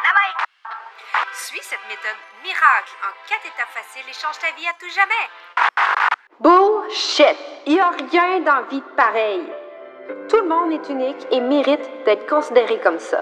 Suis cette méthode miracle en 4 étapes faciles et change ta vie à tout jamais. Bullshit! Il n'y a rien dans la vie de pareil. Tout le monde est unique et mérite d'être considéré comme ça.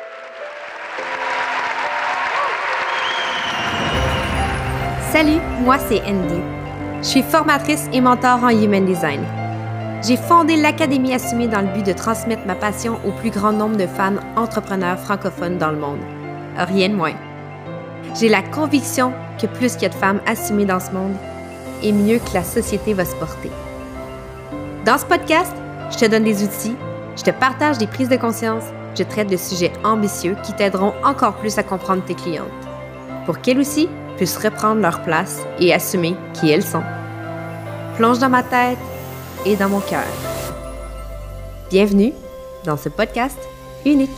Salut, moi c'est Andy. Je suis formatrice et mentor en Human Design. J'ai fondé l'Académie Assumée dans le but de transmettre ma passion au plus grand nombre de femmes entrepreneurs francophones dans le monde. Rien de moins. J'ai la conviction que plus qu'il y a de femmes assumées dans ce monde, et mieux que la société va se porter. Dans ce podcast, je te donne des outils, je te partage des prises de conscience, je traite de sujets ambitieux qui t'aideront encore plus à comprendre tes clientes, pour qu'elles aussi puissent reprendre leur place et assumer qui elles sont. Plonge dans ma tête et dans mon cœur. Bienvenue dans ce podcast unique.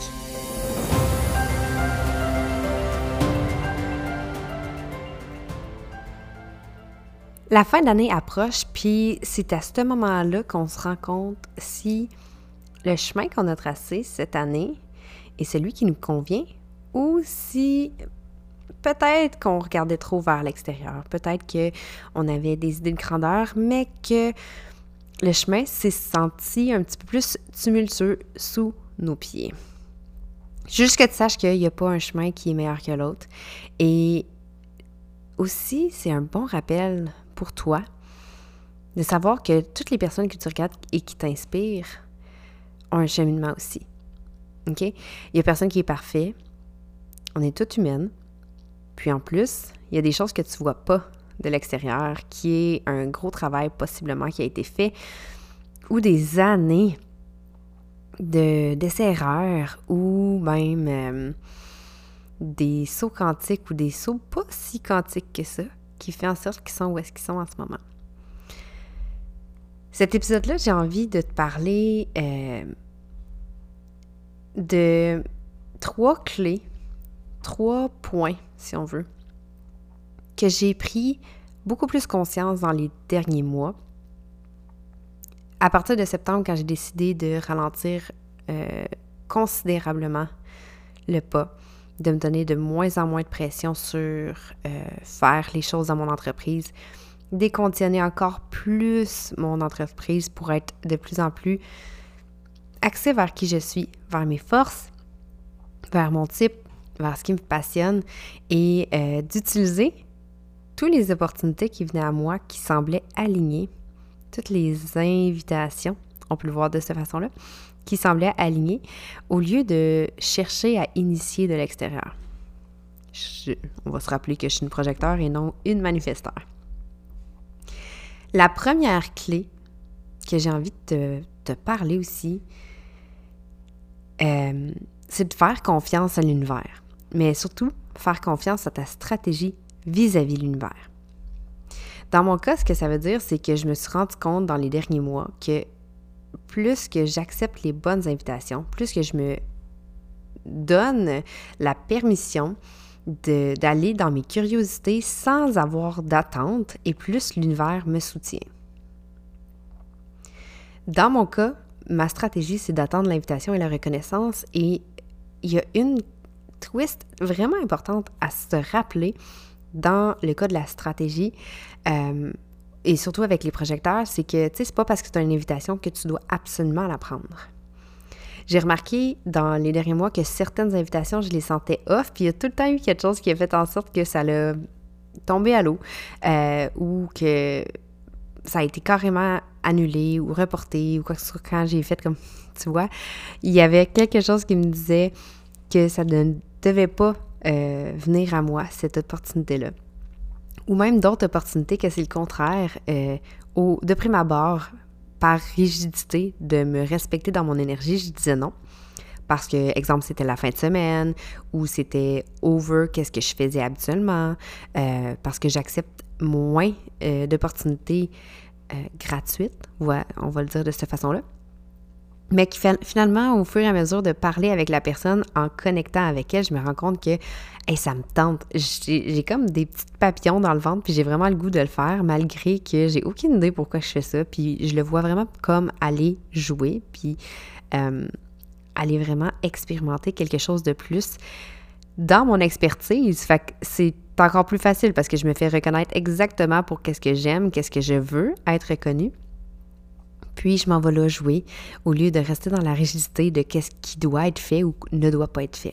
La fin d'année approche, puis c'est à ce moment-là qu'on se rend compte si le chemin qu'on a tracé cette année est celui qui nous convient ou si peut-être qu'on regardait trop vers l'extérieur, peut-être qu'on avait des idées de grandeur, mais que le chemin s'est senti un petit peu plus tumultueux sous nos pieds. Juste que tu saches qu'il n'y a pas un chemin qui est meilleur que l'autre. Et aussi, c'est un bon rappel pour toi de savoir que toutes les personnes que tu regardes et qui t'inspirent ont un cheminement aussi. OK? Il n'y a personne qui est parfait. On est toutes humaines. Puis en plus, il y a des choses que tu ne vois pas de l'extérieur, qui est un gros travail possiblement qui a été fait, ou des années d'essais-erreurs, ou même des sauts quantiques ou des sauts pas si quantiques que ça, qui fait en sorte qu'ils sont où est-ce qu'ils sont en ce moment. Cet épisode-là, j'ai envie de te parler de 3 clés, 3 points, si on veut, que j'ai pris beaucoup plus conscience dans les derniers mois. À partir de septembre, quand j'ai décidé de ralentir considérablement le pas, de me donner de moins en moins de pression sur faire les choses dans mon entreprise, déconditionner encore plus mon entreprise pour être de plus en plus axée vers qui je suis, vers mes forces, vers mon type, vers ce qui me passionne et d'utiliser toutes les opportunités qui venaient à moi, qui semblaient alignées, toutes les invitations, on peut le voir de cette façon-là, qui semblaient alignées, au lieu de chercher à initier de l'extérieur. On va se rappeler que je suis une projecteur et non une manifesteur. La première clé que j'ai envie de te parler aussi, c'est de faire confiance à l'univers, mais surtout faire confiance à ta stratégie vis-à-vis de l'univers. Dans mon cas, ce que ça veut dire, c'est que je me suis rendu compte dans les derniers mois que plus que j'accepte les bonnes invitations, plus que je me donne la permission d'aller dans mes curiosités sans avoir d'attente, et plus l'univers me soutient. Dans mon cas, ma stratégie, c'est d'attendre l'invitation et la reconnaissance, et il y a une twist vraiment importante à se rappeler dans le cas de la stratégie, et surtout avec les projecteurs, c'est que, tu sais, c'est pas parce que tu as une invitation que tu dois absolument la prendre. J'ai remarqué dans les derniers mois que certaines invitations, je les sentais off, puis il y a tout le temps eu quelque chose qui a fait en sorte que ça l'a tombé à l'eau, ou que ça a été carrément annulé ou reporté, ou quoi que ce soit. Quand j'ai fait comme, tu vois, il y avait quelque chose qui me disait que ça ne devait pas venir à moi, cette opportunité-là. Ou même d'autres opportunités que c'est le contraire, de prime abord, par rigidité, de me respecter dans mon énergie, je disais non. Parce que, exemple, c'était la fin de semaine, ou c'était over qu'est-ce que je faisais habituellement, parce que j'accepte moins d'opportunités gratuites, ouais, on va le dire de cette façon-là. Mais qui finalement, au fur et à mesure de parler avec la personne, en connectant avec elle, je me rends compte que hey, ça me tente. J'ai comme des petits papillons dans le ventre, puis j'ai vraiment le goût de le faire, malgré que j'ai aucune idée pourquoi je fais ça. Puis je le vois vraiment comme aller jouer, puis aller vraiment expérimenter quelque chose de plus. dans mon expertise. Fait que c'est encore plus facile parce que je me fais reconnaître exactement pour qu'est-ce que j'aime, qu'est-ce que je veux être reconnue. Puis, je m'en vais là jouer au lieu de rester dans la rigidité de qu'est-ce qui doit être fait ou ne doit pas être fait.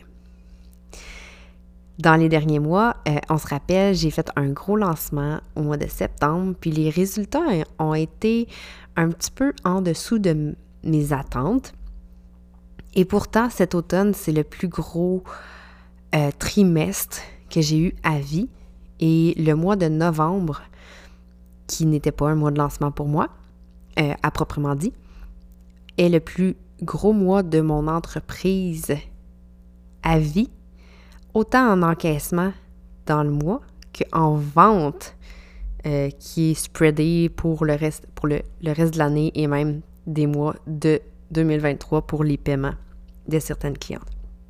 Dans les derniers mois, on se rappelle, j'ai fait un gros lancement au mois de septembre, puis les résultats ont été un petit peu en dessous de mes attentes. Et pourtant, cet automne, c'est le plus gros trimestre que j'ai eu à vie. Et le mois de novembre, qui n'était pas un mois de lancement pour moi, à proprement dit, est le plus gros mois de mon entreprise à vie, autant en encaissement dans le mois qu'en vente qui est spreadée pour le reste de l'année et même des mois de 2023 pour les paiements de certaines clientes.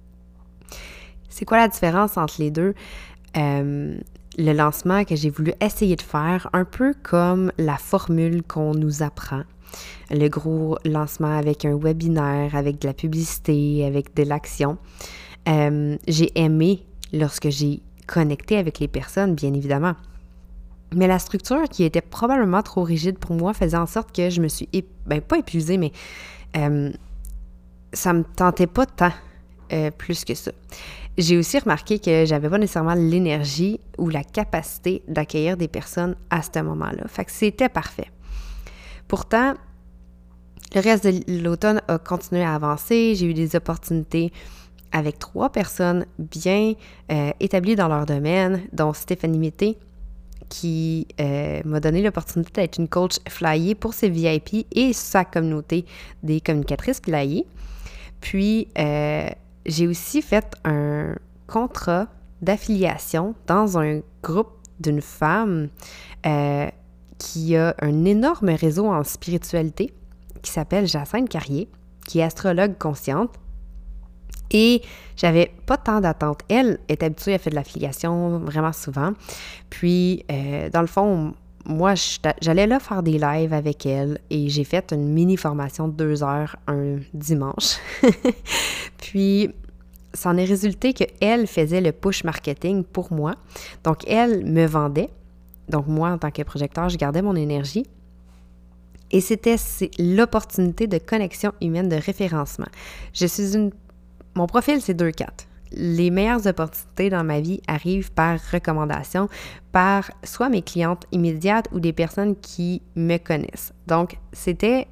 C'est quoi la différence entre les deux? Le lancement que j'ai voulu essayer de faire, un peu comme la formule qu'on nous apprend. Le gros lancement avec un webinaire, avec de la publicité, avec de l'action. J'ai aimé lorsque j'ai connecté avec les personnes, bien évidemment. Mais la structure qui était probablement trop rigide pour moi faisait en sorte que je me suis, pas épuisée, mais ça me tentait pas tant plus que ça. J'ai aussi remarqué que j'avais pas nécessairement l'énergie ou la capacité d'accueillir des personnes à ce moment-là. Fait que c'était parfait. Pourtant, le reste de l'automne a continué à avancer. J'ai eu des opportunités avec 3 personnes bien établies dans leur domaine, dont Stéphanie Mété, qui m'a donné l'opportunité d'être une coach flyée pour ses VIP et sa communauté des communicatrices flyées. Puis, j'ai aussi fait un contrat d'affiliation dans un groupe d'une femme qui a un énorme réseau en spiritualité qui s'appelle Jacinthe Carrier, qui est astrologue consciente. Et j'avais pas tant d'attentes. Elle est habituée à faire de l'affiliation vraiment souvent. Puis, dans le fond, moi, j'allais là faire des lives avec elle et j'ai fait une mini-formation de 2 heures un dimanche. Puis, ça en est résulté qu'elle faisait le push marketing pour moi. Donc, elle me vendait. Donc, moi, en tant que projecteur, je gardais mon énergie. Et c'est l'opportunité de connexion humaine, de référencement. Mon profil, c'est 2-4. Les meilleures opportunités dans ma vie arrivent par recommandation, par soit mes clientes immédiates ou des personnes qui me connaissent. Donc, c'était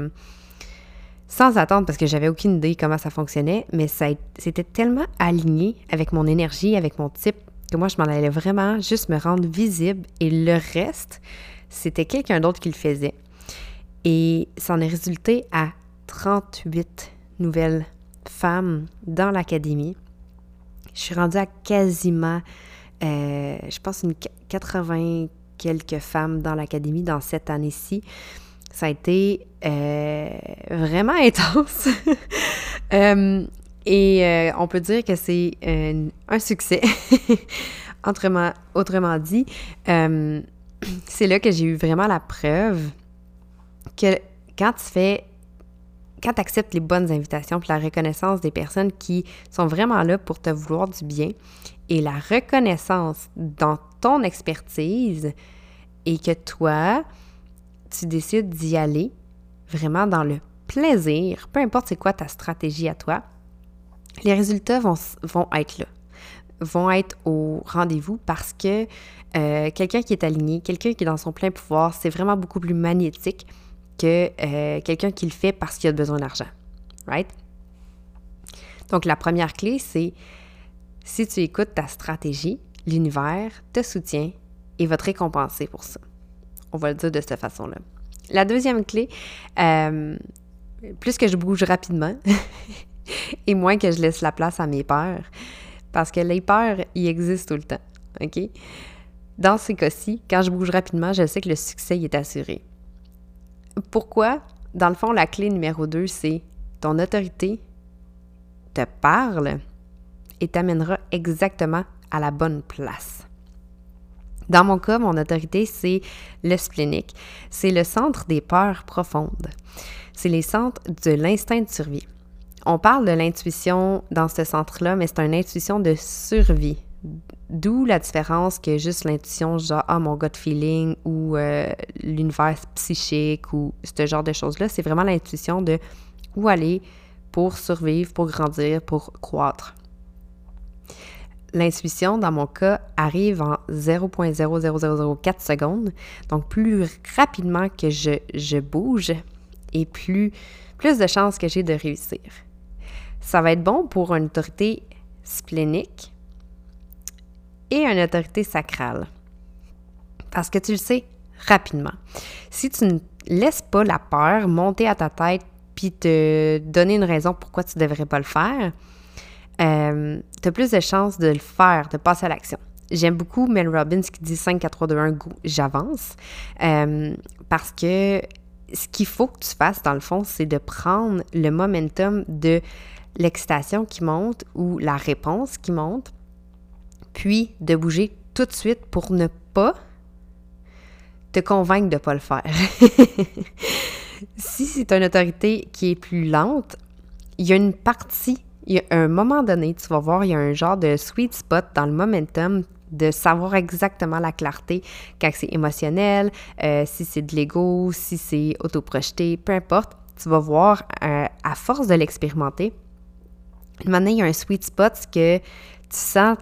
sans attendre parce que j'avais aucune idée comment ça fonctionnait, mais c'était tellement aligné avec mon énergie, avec mon type, que moi, je m'en allais vraiment juste me rendre visible et le reste, c'était quelqu'un d'autre qui le faisait. Et ça en est résulté à 38 nouvelles femmes dans l'académie. Je suis rendue à quasiment, je pense, 80 quelques femmes dans l'académie dans cette année-ci. Ça a été vraiment intense. Et on peut dire que c'est un succès. Autrement dit, c'est là que j'ai eu vraiment la preuve que quand tu acceptes les bonnes invitations puis la reconnaissance des personnes qui sont vraiment là pour te vouloir du bien et la reconnaissance dans ton expertise et que toi, tu décides d'y aller vraiment dans le plaisir, peu importe c'est quoi ta stratégie à toi, les résultats vont être là, vont être au rendez-vous parce que quelqu'un qui est aligné, quelqu'un qui est dans son plein pouvoir, c'est vraiment beaucoup plus magnétique que quelqu'un qui le fait parce qu'il a besoin d'argent, right? Donc, la première clé, c'est si tu écoutes ta stratégie, l'univers te soutient et va te récompenser pour ça. On va le dire de cette façon-là. La deuxième clé, plus que je bouge rapidement et moins que je laisse la place à mes peurs, parce que les peurs, ils existent tout le temps, OK? Dans ces cas-ci, quand je bouge rapidement, je sais que le succès il est assuré. Pourquoi? Dans le fond, la clé numéro 2, c'est ton autorité te parle et t'amènera exactement à la bonne place. Dans mon cas, mon autorité, c'est le splénique. C'est le centre des peurs profondes. C'est les centres de l'instinct de survie. On parle de l'intuition dans ce centre-là, mais c'est une intuition de survie. D'où la différence que juste l'intuition, genre « Ah, mon gut feeling » ou l'univers psychique ou ce genre de choses-là. C'est vraiment l'intuition de où aller pour survivre, pour grandir, pour croître. L'intuition, dans mon cas, arrive en 0,00004 secondes. Donc, plus rapidement que je bouge et plus de chances que j'ai de réussir. Ça va être bon pour une autorité splénique et une autorité sacrale. Parce que tu le sais rapidement. Si tu ne laisses pas la peur monter à ta tête puis te donner une raison pourquoi tu ne devrais pas le faire, tu as plus de chances de le faire, de passer à l'action. J'aime beaucoup Mel Robbins qui dit 5, 4, 3, 2, 1, go, j'avance. Parce que ce qu'il faut que tu fasses, dans le fond, c'est de prendre le momentum de l'excitation qui monte ou la réponse qui monte, puis de bouger tout de suite pour ne pas te convaincre de ne pas le faire. Si c'est une autorité qui est plus lente, il y a une partie, il y a un moment donné, tu vas voir, il y a un genre de sweet spot dans le momentum de savoir exactement la clarté quand c'est émotionnel, si c'est de l'ego, si c'est autoprojeté, peu importe. Tu vas voir, à force de l'expérimenter, maintenant, il y a un sweet spot que tu sens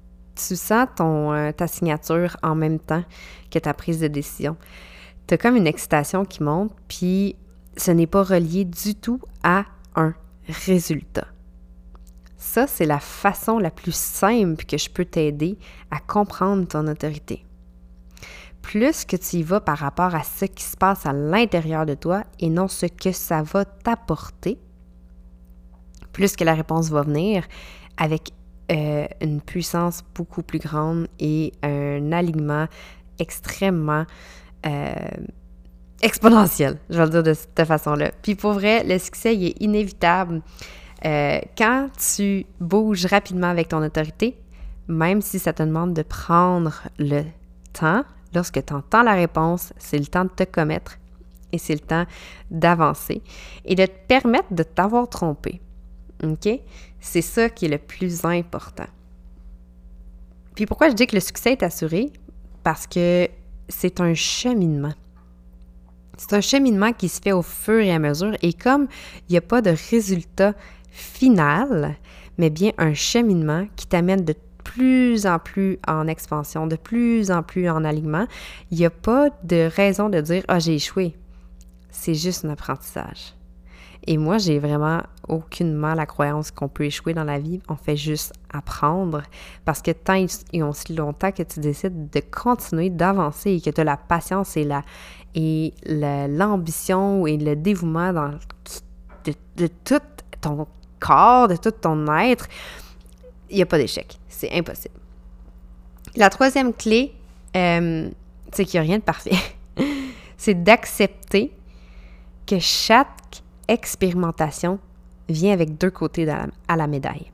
ta signature en même temps que ta prise de décision. Tu as comme une excitation qui monte, puis ce n'est pas relié du tout à un résultat. Ça, c'est la façon la plus simple que je peux t'aider à comprendre ton autorité. Plus que tu y vas par rapport à ce qui se passe à l'intérieur de toi et non ce que ça va t'apporter, plus que la réponse va venir avec une puissance beaucoup plus grande et un alignement extrêmement exponentiel, je vais le dire de cette façon-là. Puis pour vrai, le succès, il est inévitable. Quand tu bouges rapidement avec ton autorité, même si ça te demande de prendre le temps, lorsque tu entends la réponse, c'est le temps de te commettre et c'est le temps d'avancer et de te permettre de t'avoir trompé. OK? C'est ça qui est le plus important. Puis pourquoi je dis que le succès est assuré? Parce que c'est un cheminement. C'est un cheminement qui se fait au fur et à mesure et comme il n'y a pas de résultat final, mais bien un cheminement qui t'amène de plus en plus en expansion, de plus en plus en alignement, il n'y a pas de raison de dire « Ah, j'ai échoué ». C'est juste un apprentissage. Et moi, j'ai vraiment aucunement la croyance qu'on peut échouer dans la vie. On fait juste apprendre parce que tant et aussi longtemps que tu décides de continuer d'avancer et que tu as la patience et l'ambition et le dévouement de tout ton corps, de tout ton être, il n'y a pas d'échec. C'est impossible. La troisième clé, c'est qu'il n'y a rien de parfait. C'est d'accepter que chaque expérimentation vient avec deux côtés à la médaille.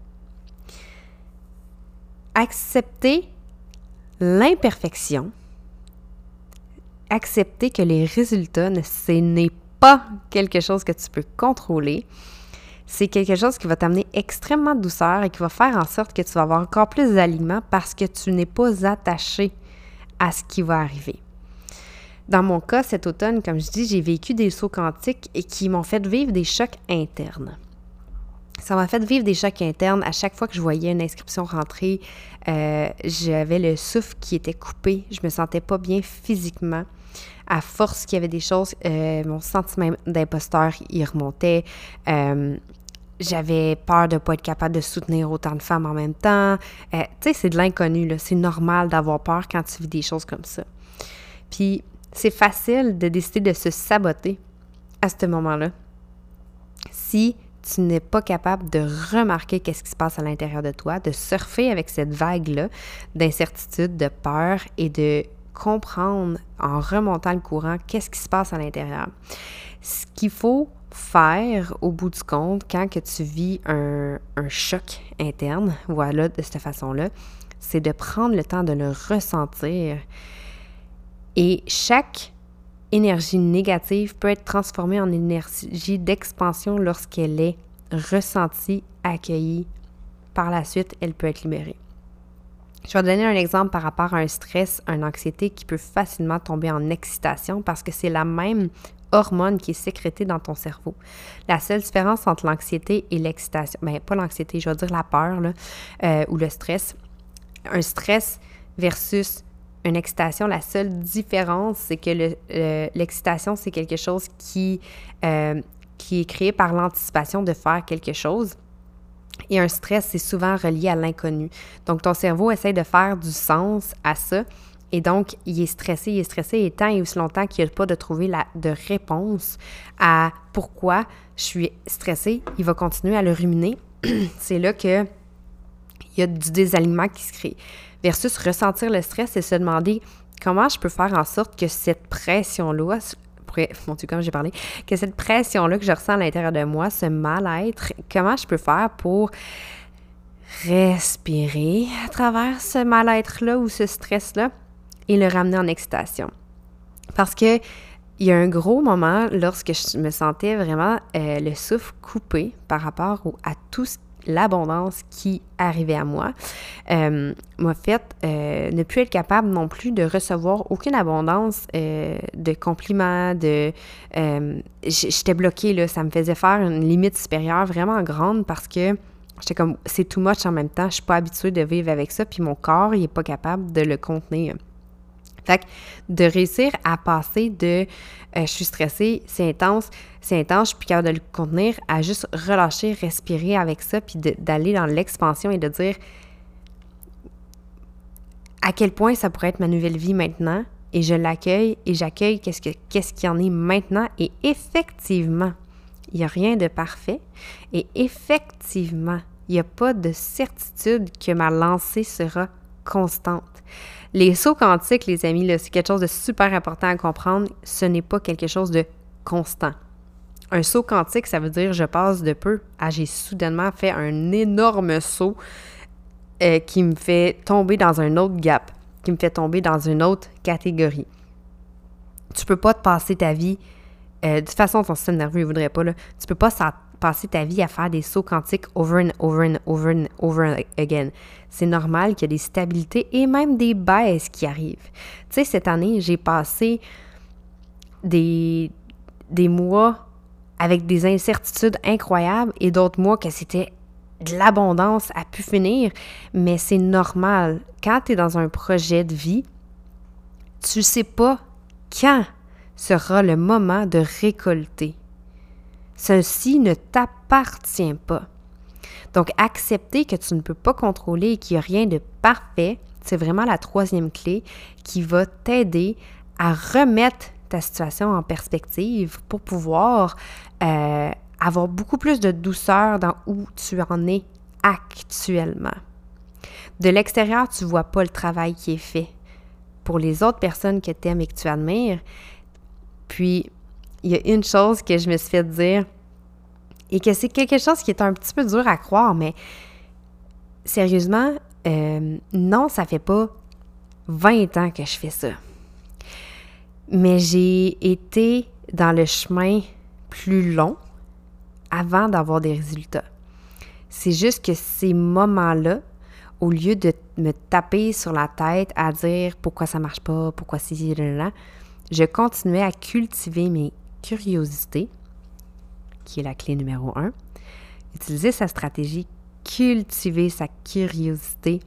Accepter l'imperfection, accepter que les résultats, ce n'est pas quelque chose que tu peux contrôler, c'est quelque chose qui va t'amener extrêmement de douceur et qui va faire en sorte que tu vas avoir encore plus d'alignement parce que tu n'es pas attaché à ce qui va arriver. Dans mon cas, cet automne, comme je dis, j'ai vécu des sauts quantiques et qui m'ont fait vivre des chocs internes. Ça m'a fait vivre des chocs internes. À chaque fois que je voyais une inscription rentrer, j'avais le souffle qui était coupé. Je me sentais pas bien physiquement. À force qu'il y avait des choses, mon sentiment d'imposteur, il remontait. J'avais peur de ne pas être capable de soutenir autant de femmes en même temps. Tu sais, c'est de l'inconnu, là. C'est normal d'avoir peur quand tu vis des choses comme ça. Puis, c'est facile de décider de se saboter à ce moment-là si tu n'es pas capable de remarquer qu'est-ce qui se passe à l'intérieur de toi, de surfer avec cette vague-là d'incertitude, de peur et de comprendre en remontant le courant qu'est-ce qui se passe à l'intérieur. Ce qu'il faut faire au bout du compte quand que tu vis un choc interne, voilà, de cette façon-là, c'est de prendre le temps de le ressentir. Et chaque énergie négative peut être transformée en énergie d'expansion lorsqu'elle est ressentie, accueillie, par la suite, elle peut être libérée. Je vais te donner un exemple par rapport à un stress, une anxiété qui peut facilement tomber en excitation parce que c'est la même hormone qui est sécrétée dans ton cerveau. La seule différence entre l'anxiété et l'excitation, bien pas l'anxiété, je vais dire la peur là, ou le stress. Un stress versus une excitation, la seule différence, c'est que l'excitation, c'est quelque chose qui est créé par l'anticipation de faire quelque chose. Et un stress, c'est souvent relié à l'inconnu. Donc, ton cerveau essaie de faire du sens à ça. Et donc, il est stressé. Et tant et aussi longtemps qu'il n'y a pas de trouver de réponse à pourquoi je suis stressé, il va continuer à le ruminer. C'est là qu'il y a du désalignement qui se crée. Versus ressentir le stress et se demander comment je peux faire en sorte que cette pression-là, mon Dieu, comme j'ai parlé, que cette pression-là que je ressens à l'intérieur de moi, ce mal-être, comment je peux faire pour respirer à travers ce mal-être-là ou ce stress-là et le ramener en excitation. Parce que il y a un gros moment lorsque je me sentais vraiment le souffle coupé par rapport à tout l'abondance qui arrivait à moi, m'a fait ne plus être capable non plus de recevoir aucune abondance de compliments, j'étais bloquée, là, ça me faisait faire une limite supérieure vraiment grande parce que j'étais comme, c'est too much en même temps, je suis pas habituée de vivre avec ça, puis mon corps, il est pas capable de le contenir. Fait que de réussir à passer de je suis stressée, c'est intense, je suis plus capable de le contenir, à juste relâcher, respirer avec ça, puis d'aller dans l'expansion et de dire à quel point ça pourrait être ma nouvelle vie maintenant, et je l'accueille, et j'accueille qu'est-ce qu'il y en est maintenant, et effectivement, il n'y a rien de parfait, et effectivement, il n'y a pas de certitude que ma lancée sera constante. Les sauts quantiques, les amis, là, c'est quelque chose de super important à comprendre. Ce n'est pas quelque chose de constant. Un saut quantique, ça veut dire je passe de peu à j'ai soudainement fait un énorme saut qui me fait tomber dans un autre gap, qui me fait tomber dans une autre catégorie. Tu peux pas te passer ta vie, de toute façon, ton système nerveux ne voudrait pas, là, tu peux pas passer ta vie à faire des sauts quantiques over and over and over and over again. C'est normal qu'il y ait des stabilités et même des baisses qui arrivent. Tu sais, cette année, j'ai passé des mois avec des incertitudes incroyables et d'autres mois que c'était de l'abondance à pu finir, mais c'est normal. Quand tu es dans un projet de vie, tu sais pas quand sera le moment de récolter. Ceci ne t'appartient pas. Donc, accepter que tu ne peux pas contrôler et qu'il n'y a rien de parfait, c'est vraiment la troisième clé qui va t'aider à remettre ta situation en perspective pour pouvoir avoir beaucoup plus de douceur dans où tu en es actuellement. De l'extérieur, tu ne vois pas le travail qui est fait pour les autres personnes que tu aimes et que tu admires. Puis, il y a une chose que je me suis fait dire et que c'est quelque chose qui est un petit peu dur à croire, mais sérieusement, non, ça fait pas 20 ans que je fais ça. Mais j'ai été dans le chemin plus long avant d'avoir des résultats. C'est juste que ces moments-là, au lieu de me taper sur la tête à dire pourquoi ça marche pas, pourquoi c'est là, je continuais à cultiver mes curiosités, qui est la clé numéro 1. Utiliser sa stratégie, cultiver sa curiosité.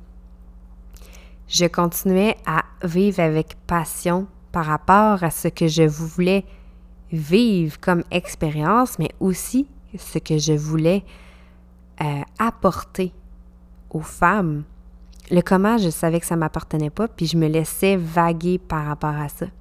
Je continuais à vivre avec passion par rapport à ce que je voulais vivre comme expérience, mais aussi ce que je voulais apporter aux femmes. Le comment, je savais que ça ne m'appartenait pas, puis je me laissais vaguer par rapport à ça.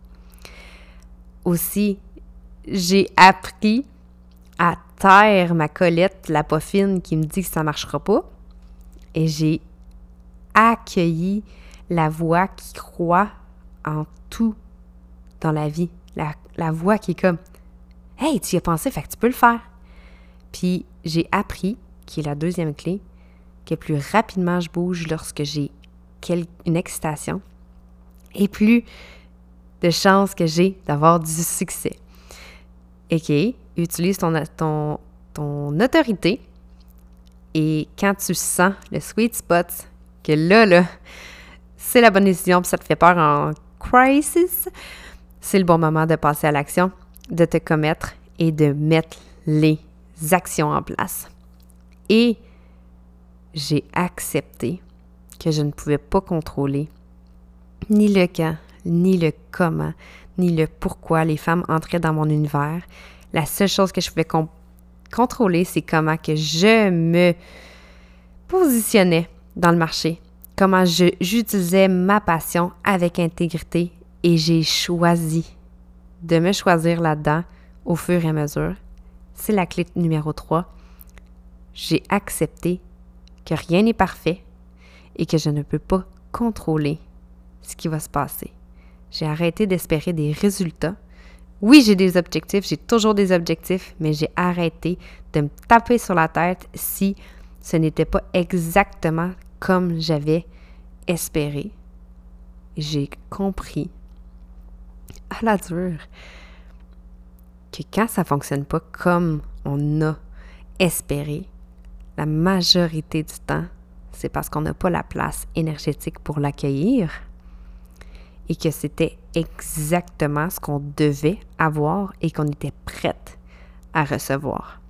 Aussi, j'ai appris à taire ma Colette, la pas fine, qui me dit que ça ne marchera pas. Et j'ai accueilli la voix qui croit en tout dans la vie. La voix qui est comme « Hey, tu y as pensé, fait que tu peux le faire. » Puis j'ai appris, qui est la deuxième clé, que plus rapidement je bouge lorsque j'ai une excitation et plus de chances que j'ai d'avoir du succès. OK, utilise ton autorité Et quand tu sens le sweet spot, que là, c'est la bonne décision, puis ça te fait peur en crisis, c'est le bon moment de passer à l'action, de te commettre et de mettre les actions en place. Et j'ai accepté que je ne pouvais pas contrôler ni le quand, ni le comment, ni le pourquoi les femmes entraient dans mon univers. La seule chose que je pouvais contrôler, c'est comment que je me positionnais dans le marché, comment j'utilisais ma passion avec intégrité et j'ai choisi de me choisir là-dedans au fur et à mesure. C'est la clé numéro 3. J'ai accepté que rien n'est parfait et que je ne peux pas contrôler ce qui va se passer. J'ai arrêté d'espérer des résultats. Oui, j'ai des objectifs, j'ai toujours des objectifs, mais j'ai arrêté de me taper sur la tête si ce n'était pas exactement comme j'avais espéré. J'ai compris à la dure que quand ça ne fonctionne pas comme on a espéré, la majorité du temps, c'est parce qu'on n'a pas la place énergétique pour l'accueillir et que c'était exactement ce qu'on devait avoir et qu'on était prête à recevoir.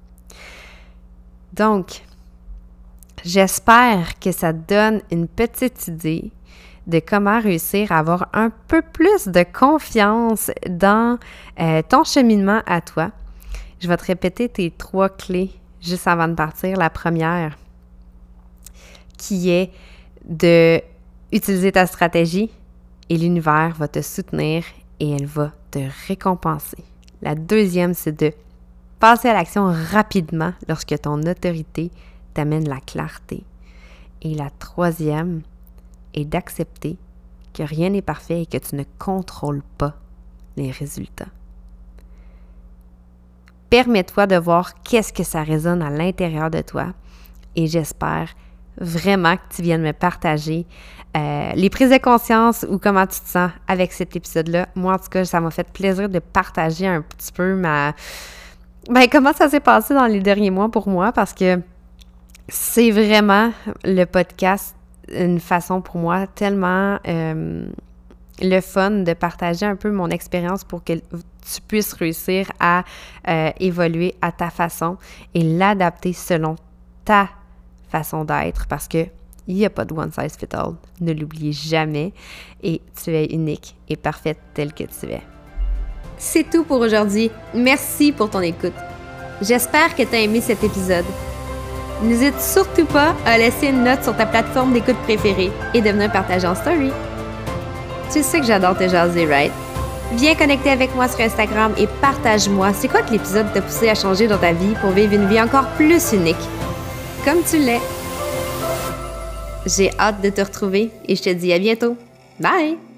Donc, j'espère que ça donne une petite idée de comment réussir à avoir un peu plus de confiance dans ton cheminement à toi. Je vais te répéter tes 3 clés juste avant de partir. La première, qui est d'utiliser ta stratégie et l'univers va te soutenir et elle va te récompenser. La deuxième, c'est de passer à l'action rapidement lorsque ton autorité t'amène la clarté. Et la troisième est d'accepter que rien n'est parfait et que tu ne contrôles pas les résultats. Permets-toi de voir qu'est-ce que ça résonne à l'intérieur de toi et j'espère vraiment que tu viennes me partager les prises de conscience ou comment tu te sens avec cet épisode-là. Moi, en tout cas, ça m'a fait plaisir de partager un petit peu comment ça s'est passé dans les derniers mois pour moi parce que c'est vraiment le podcast une façon pour moi tellement le fun de partager un peu mon expérience pour que tu puisses réussir à évoluer à ta façon et l'adapter selon ta façon d'être parce que il n'y a pas de one size fit all. Ne l'oubliez jamais et tu es unique et parfaite telle que tu es. C'est tout pour aujourd'hui. Merci pour ton écoute. J'espère que tu as aimé cet épisode. N'hésite surtout pas à laisser une note sur ta plateforme d'écoute préférée et de venir partager en story. Tu sais que j'adore te jaser, right? Viens connecter avec moi sur Instagram et partage-moi c'est quoi que l'épisode t'a poussé à changer dans ta vie pour vivre une vie encore plus unique, comme tu l'es. J'ai hâte de te retrouver et je te dis à bientôt. Bye!